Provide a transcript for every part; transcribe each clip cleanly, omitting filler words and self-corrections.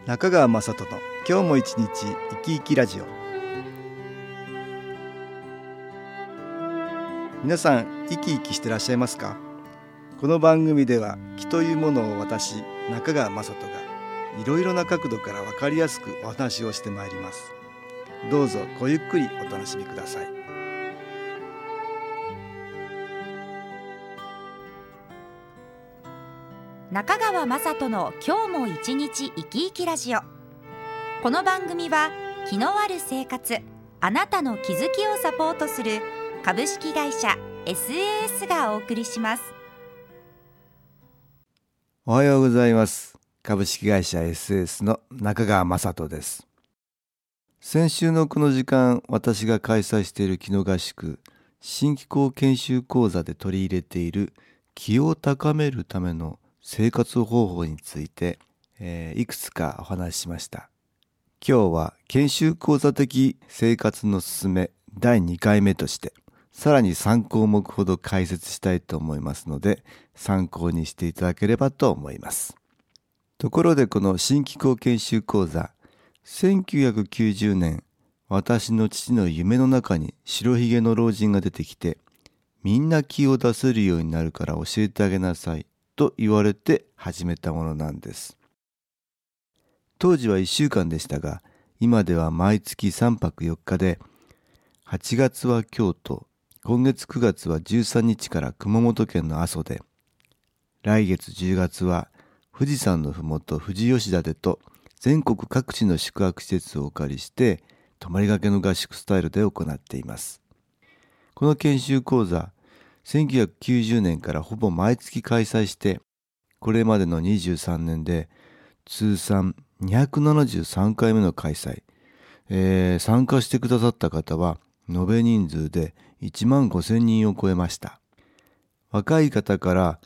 中川雅人の今日も一日生き生きラジオ。皆さん生き生きしてらっしゃいますか？この番組では気というものを私中川雅人がいろいろな角度から分かりやすくお話をしてまいります。どうぞごゆっくりお楽しみください。 中川雅人の今日も一日生き生きラジオ。この番組は気のある生活、あなたの気づきをサポートする株式会社 SAS がお送りします。 おはようございます。株式会社 SAS の中川雅人です。先週のこの時間、私が開催している気の合宿新機構研修講座で取り入れている気を高めるための生活方法について、いくつかお話ししました。今日は研修講座的生活のすすめ第2回目としてさらに3項目ほど解説したいと思いますので、参考にしていただければと思います。ところでこの新機構研修講座、1990年、私の父の夢の中に白ひげの老人が出てきて、みんな気を出せるようになるから教えてあげなさいと言われて始めたものなんです。当時は1週間でしたが、今では毎月3泊4日で、8月は京都、今月9月は13日から熊本県の阿蘇で、来月10月は富士山のふもと富士吉田でと全国各地の宿泊施設をお借りして泊まりがけの合宿スタイルで行っています。この研修講座、1990年からほぼ毎月開催して、これまでの23年で通算273回目の開催、参加してくださった方は延べ人数で1万5,000人を超えました。若い方から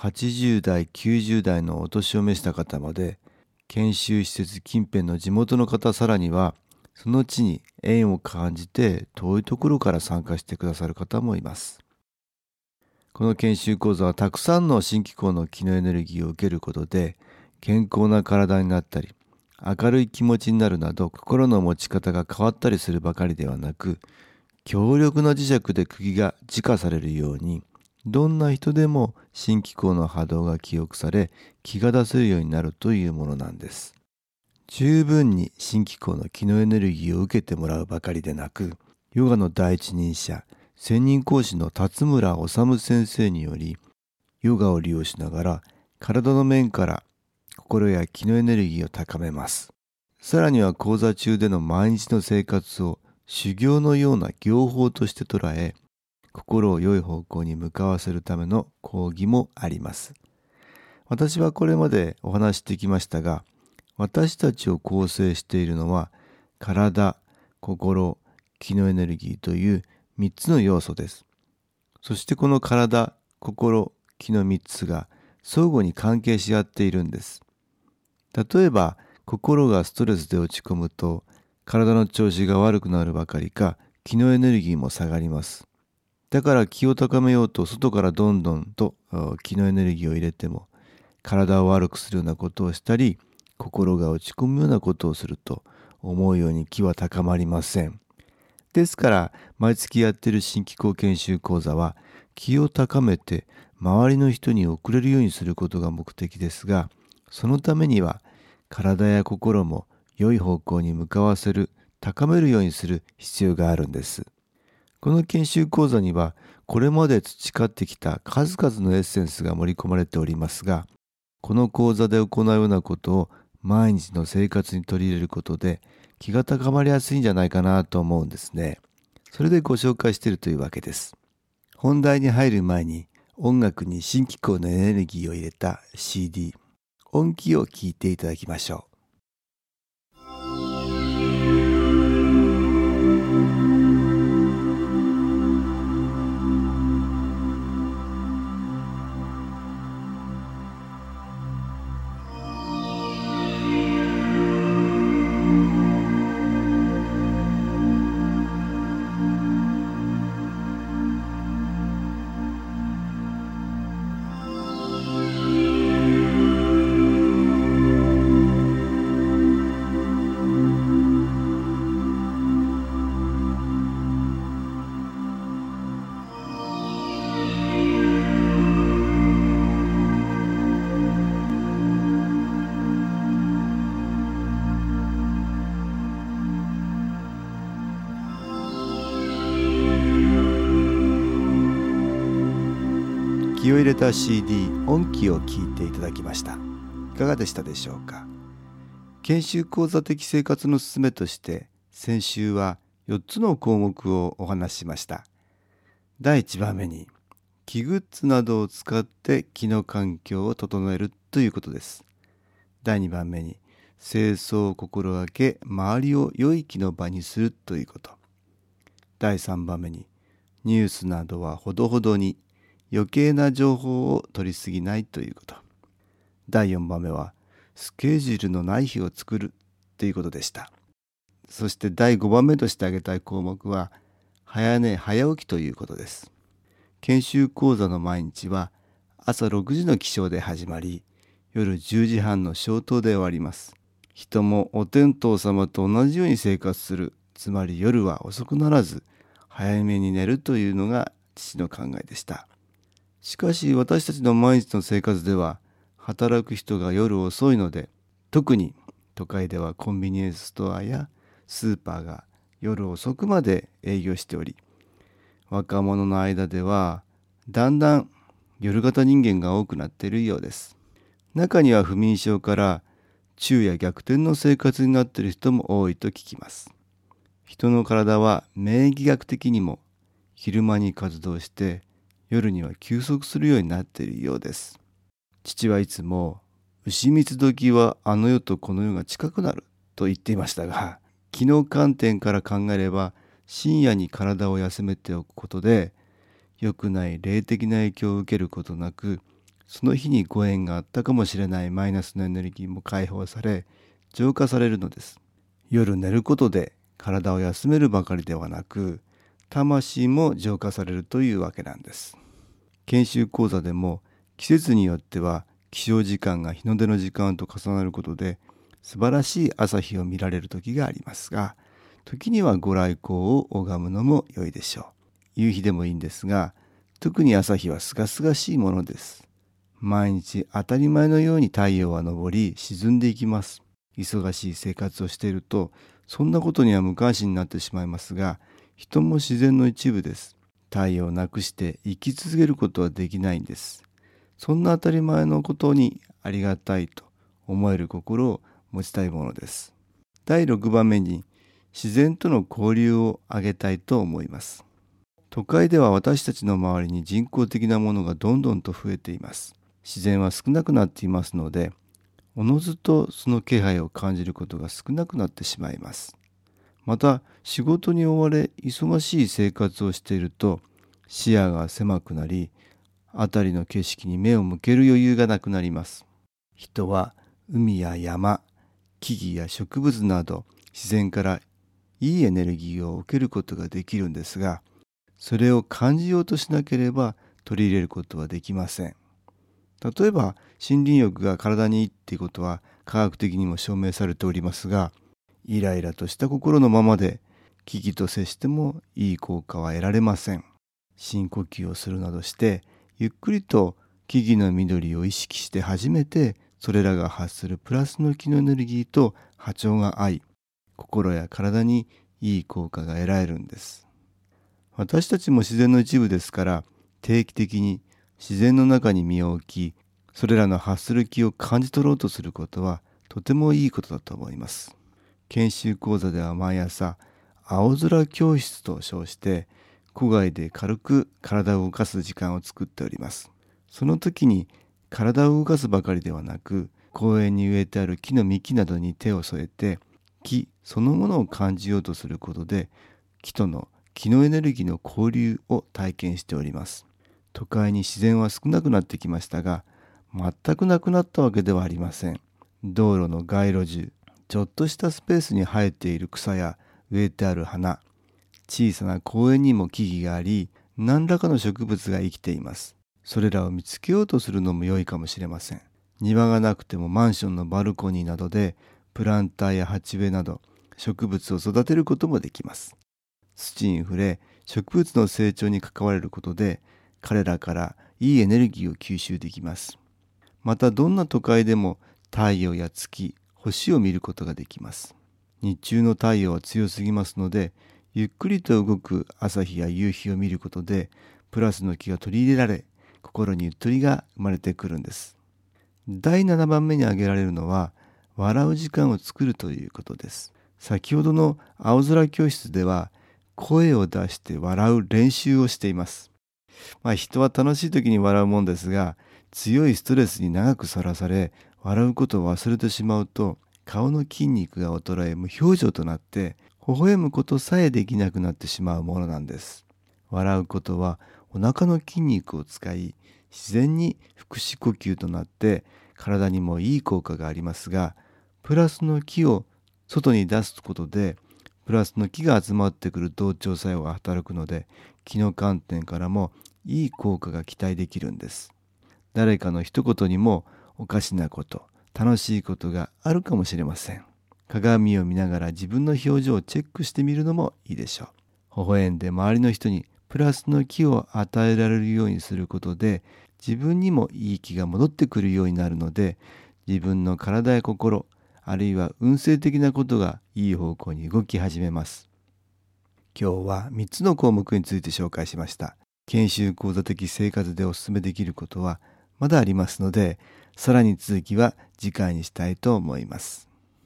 80代、90代のお年を召した方まで、研修施設近辺の地元の方、さらにはその地に縁を感じて遠いところから参加してくださる方もいます。この研修講座はたくさんの新機構の気のエネルギーを受けることで健康な体になったり、明るい気持ちになるなど、心の持ち方が変わったりするばかりではなく、強力な磁石で釘が磁化されるように、どんな人でも新機構の波動が記憶され、気が出せるようになるというものなんです。十分に新機構の気のエネルギーを受けてもらうばかりでなく、ヨガの第一人者、専任講師の辰村治先生により、ヨガを利用しながら体の面から心や気のエネルギーを高めます。さらには講座中での毎日の生活を修行のような行法として捉え、心を良い方向に向かわせるための講義もあります。私はこれまでお話してきましたが、私たちを構成しているのは体、心、気のエネルギーという3つの要素です。そしてこの体、心、気の3つが相互に関係し合っているんです。例えば心がストレスで落ち込むと体の調子が悪くなるばかりか、気のエネルギーも下がります。だから気を高めようと外からどんどんと気のエネルギーを入れても、体を悪くするようなことをしたり、心が落ち込むようなことをすると思うように気は高まりません。ですから毎月やっている新機構研修講座は、気を高めて周りの人に送れるようにすることが目的ですが、そのためには体や心も良い方向に向かわせる、高めるようにする必要があるんです。この研修講座にはこれまで培ってきた数々のエッセンスが盛り込まれておりますが、この講座で行うようなことを毎日の生活に取り入れることで気が高まりやすいんじゃないかなと思うんですね。それでご紹介しているというわけです。本題に入る前に、音楽に新機構のエネルギーを入れた CD、音気を聴いていただきましょう。 気を入れた CD 音気を聞いていただきました。いかがでしたでしょうか。研修講座的生活のすすめとして先週は4つの項目をお話ししました。第1番目に気グッズなどを使って気の環境を整えるということです。第2番目に清掃を心がけ周りを良い気の場にするということ。第3番目にニュースなどはほどほどに余計な情報を取りすぎないということ。第4番目はスケジュールのない日を作るということでした。そして第5番目として挙げたい項目は早寝早起きということです。研修講座の毎日は朝6時の起床で始まり、夜10時半の消灯で終わります。人もお天道様と同じように生活する、つまり夜は遅くならず早めに寝るというのが父の考えでした。しかし私たちの毎日の生活では働く人が夜遅いので、特に都会ではコンビニエンスストアやスーパーが夜遅くまで営業しており、若者の間ではだんだん夜型人間が多くなっているようです。中には不眠症から昼夜逆転の生活になっている人も多いと聞きます。人の体は免疫学的にも昼間に活動して夜には休息するようになっているようです。父はいつも牛蜜時はあの世とこの世が近くなると言っていましたが、気の観点から考えれば深夜に体を休めておくことで良くない霊的な影響を受けることなく、その日にご縁があったかもしれないマイナスのエネルギーも解放され浄化されるのです。夜寝ることで体を休めるばかりではなく、魂も浄化されるというわけなんです。研修講座でも季節によっては起床時間が日の出の時間と重なることで素晴らしい朝日を見られる時がありますが、時にはご来光を拝むのも良いでしょう。夕日でもいいんですが、特に朝日はすがすがしいものです。毎日当たり前のように太陽は昇り沈んでいきます。忙しい生活をしているとそんなことには無関心になってしまいますが、人も自然の一部です。太陽をなくして生き続けることはできないんです。そんな当たり前のことにありがたいと思える心を持ちたいものです。第6番目に自然との交流を挙げたいと思います。都会では私たちの周りに人工的なものがどんどんと増えています。自然は少なくなっていますので、おのずとその気配を感じることが少なくなってしまいます。また仕事に追われ忙しい生活をしていると視野が狭くなり、辺りの景色に目を向ける余裕がなくなります。人は海や山、木々や植物など自然からいいエネルギーを受けることができるんですが、それを感じようとしなければ取り入れることはできません。例えば森林浴が体にいいっていうことは科学的にも証明されておりますが、イライラとした心のままで木々と接してもいい効果は得られません。深呼吸をするなどしてゆっくりと木々の緑を意識して初めてそれらが発するプラスの気のエネルギーと波長が合い、心や体にいい効果が得られるんです。私たちも自然の一部ですから、定期的に自然の中に身を置き、それらの発する気を感じ取ろうとすることはとてもいいことだと思います。研修講座では毎朝青空教室と称して戸外で軽く体を動かす時間を作っております。その時に体を動かすばかりではなく、公園に植えてある木の幹などに手を添えて木そのものを感じようとすることで木との気のエネルギーの交流を体験しております。都会に自然は少なくなってきましたが、全くなくなったわけではありません。道路の街路樹、ちょっとしたスペースに生えている草や植えてある花、小さな公園にも木々があり、何らかの植物が生きています。それらを見つけようとするのも良いかもしれません。庭がなくてもマンションのバルコニーなどでプランターや鉢植えなど植物を育てることもできます。土に触れ植物の成長に関われることで彼らからいいエネルギーを吸収できます。またどんな都会でも太陽や月、星を見ることができます。日中の太陽は強すぎますので、ゆっくりと動く朝日や夕日を見ることでプラスの気が取り入れられ、 心にゆとりが生まれてくるんです。第7番目に挙げられるのは、笑う時間を作るということです。先ほどの青空教室では、声を出して笑う練習をしています。人は楽しい時に笑うもんですが、強いストレスに長くさらされ、笑うことを忘れてしまうと、顔の筋肉が衰え無表情となって、微笑むことさえできなくなってしまうものなんです。笑うことはお腹の筋肉を使い、自然に腹式呼吸となって体にもいい効果がありますが、プラスの気を外に出すことで、プラスの気が集まってくる同調作用が働くので、気の観点からもいい効果が期待できるんです。誰かの一言にもおかしなこと、楽しいことがあるかもしれません。鏡を見ながら自分の表情をチェックしてみるのもいいでしょう。微笑んで周りの人にプラスの気を与えられるようにすることで、自分にもいい気が戻ってくるようになるので、自分の体や心、あるいは運勢的なことがいい方向に動き始めます。今日は3つの項目について紹介しました。研修講座的生活でお勧めできることはまだありますので、さらに続きは次回にしたいと思います。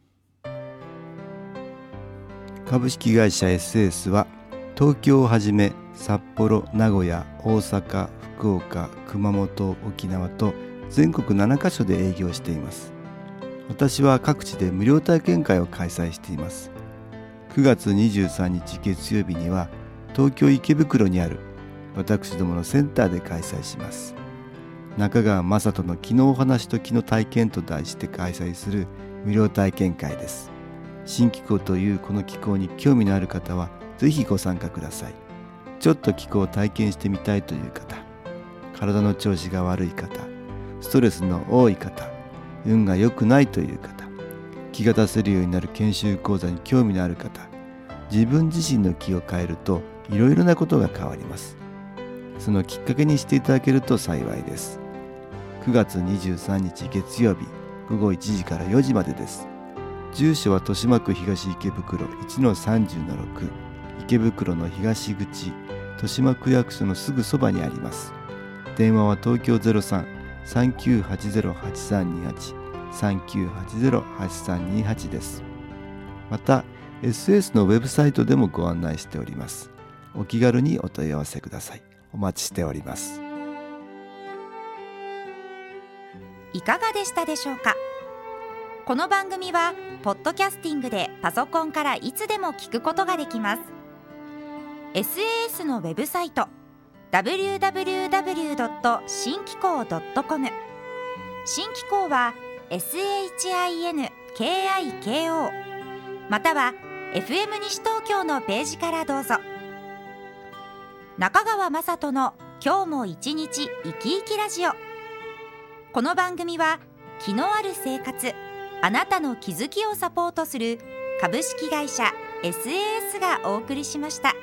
株式会社 SS は東京をはじめ札幌、名古屋、大阪、福岡、熊本、沖縄と全国7カ所で営業しています。私は各地で無料体験会を開催しています。9月23日月曜日には東京池袋にある私どものセンターで開催します。中川雅人の気のお話と気の体験と題して開催する無料体験会です。新気候というこの気候に興味のある方はぜひご参加ください。ちょっと気候を体験してみたいという方、体の調子が悪い方、ストレスの多い方、運が良くないという方、気が出せるようになる研修講座に興味のある方、自分自身の気を変えるといろいろなことが変わります。そのきっかけにしていただけると幸いです。9月23日月曜日午後1時から4時までです。住所は豊島区東池袋 1-30-6、 池袋の東口、豊島区役所のすぐそばにあります。電話は東京 03-3980-8328 3980-8328 です。また SS のウェブサイトでもご案内しております。お気軽にお問い合わせください。お待ちしております。 いかがでしたでしょうか。この番組はポッドキャスティングでパソコンからいつでも聞くことができます。 SAS のウェブサイト www.新機構 .com、 新機構は SHINKIKO、 または FM 西東京のページからどうぞ。中川雅人の今日も一日生き生きラジオ。この番組は気のある生活、あなたの気づきをサポートする株式会社 SAS がお送りしました。